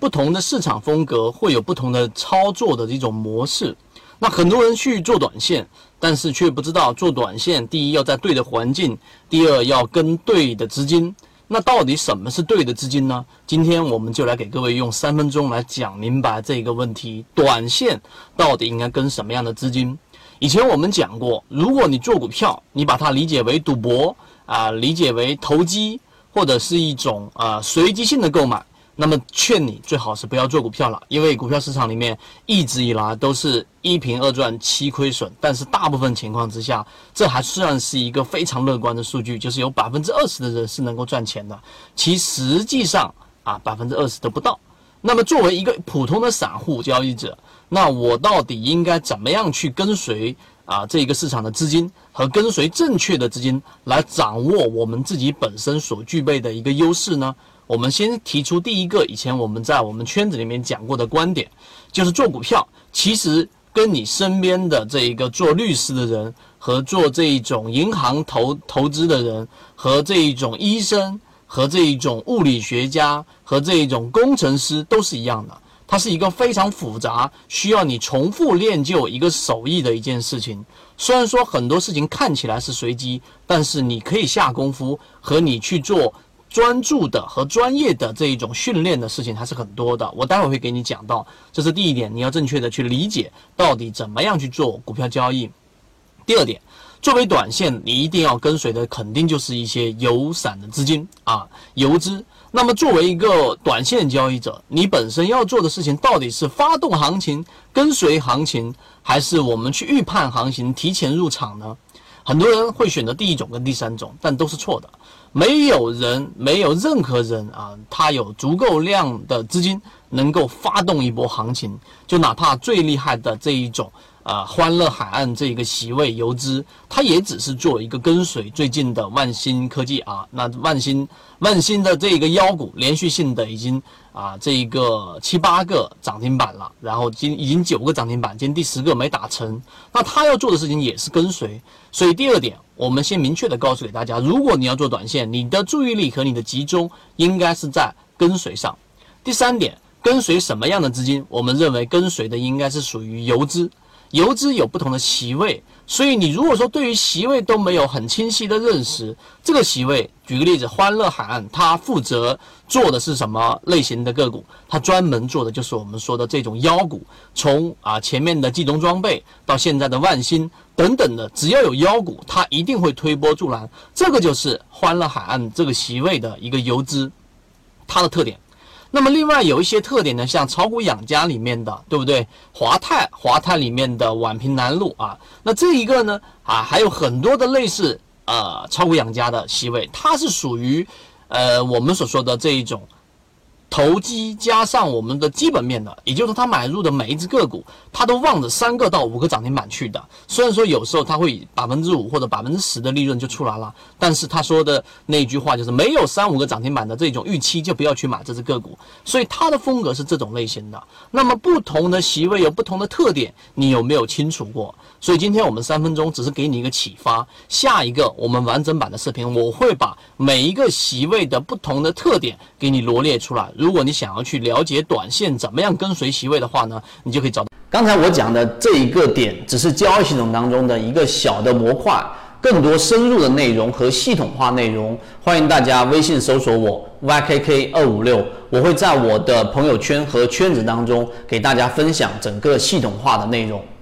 不同的市场风格会有不同的操作的这种模式。那很多人去做短线，但是却不知道做短线，第一要在对的环境，第二要跟对的资金。那到底什么是对的资金呢？今天我们就来给各位用3分钟来讲明白这个问题，短线到底应该跟什么样的资金。以前我们讲过，如果你做股票，你把它理解为赌博理解为投机，或者是一种随机性的购买，那么劝你最好是不要做股票了，因为股票市场里面一直以来都是1平2赚7亏损，但是大部分情况之下，这还算是一个非常乐观的数据，就是有20%的人是能够赚钱的，其实际上20%都不到。那么作为一个普通的散户交易者，那我到底应该怎么样去跟随这个市场的资金和跟随正确的资金来掌握我们自己本身所具备的一个优势呢？我们先提出第一个，以前我们在我们圈子里面讲过的观点，就是做股票其实跟你身边的这一个做律师的人和做这一种银行投资的人和这一种医生和这一种物理学家和这一种工程师都是一样的，它是一个非常复杂，需要你重复练就一个手艺的一件事情。虽然说很多事情看起来是随机，但是你可以下功夫和你去做专注的和专业的这一种训练的事情还是很多的，我待会会给你讲到，这是第一点，你要正确的去理解到底怎么样去做股票交易。第二点，作为短线，你一定要跟随的肯定就是一些游散的资金游资。那么作为一个短线交易者，你本身要做的事情到底是发动行情、跟随行情，还是我们去预判行情、提前入场呢？很多人会选择第一种跟第三种，但都是错的。没有任何人他有足够量的资金能够发动一波行情，就哪怕最厉害的这一种欢乐海岸这个席位游资，它也只是做一个跟随最近的万兴科技那万兴的这个妖股连续性的已经这个7、8个涨停板了，然后已经9个涨停板，今天第10个没打成，那他要做的事情也是跟随。所以第二点，我们先明确的告诉给大家，如果你要做短线，你的注意力和你的集中应该是在跟随上。第三点，跟随什么样的资金？我们认为跟随的应该是属于游资。游资有不同的席位，所以你如果说对于席位都没有很清晰的认识，这个席位，举个例子，欢乐海岸它负责做的是什么类型的个股？它专门做的就是我们说的这种妖股，从前面的冀东装备到现在的万兴等等的，只要有妖股，它一定会推波助澜。这个就是欢乐海岸这个席位的一个游资，它的特点。那么另外有一些特点呢，像炒股养家里面的，对不对？华泰里面的宛平南路那这一个呢还有很多的类似炒股养家的席位，它是属于我们所说的这一种投机加上我们的基本面的，也就是他买入的每一只个股，他都望着3个到5个涨停板去的。虽然说有时候他会5%或者10%的利润就出来了，但是他说的那句话就是没有3、5个涨停板的这种预期就不要去买这只个股，所以他的风格是这种类型的。那么不同的席位有不同的特点，你有没有清楚过？所以今天我们3分钟只是给你一个启发，下一个我们完整版的视频我会把每一个席位的不同的特点给你罗列出来。如果你想要去了解短线怎么样跟随席位的话呢，你就可以找到刚才我讲的这一个点，只是交易系统当中的一个小的模块，更多深入的内容和系统化内容，欢迎大家微信搜索我 YKK256，我会在我的朋友圈和圈子当中给大家分享整个系统化的内容。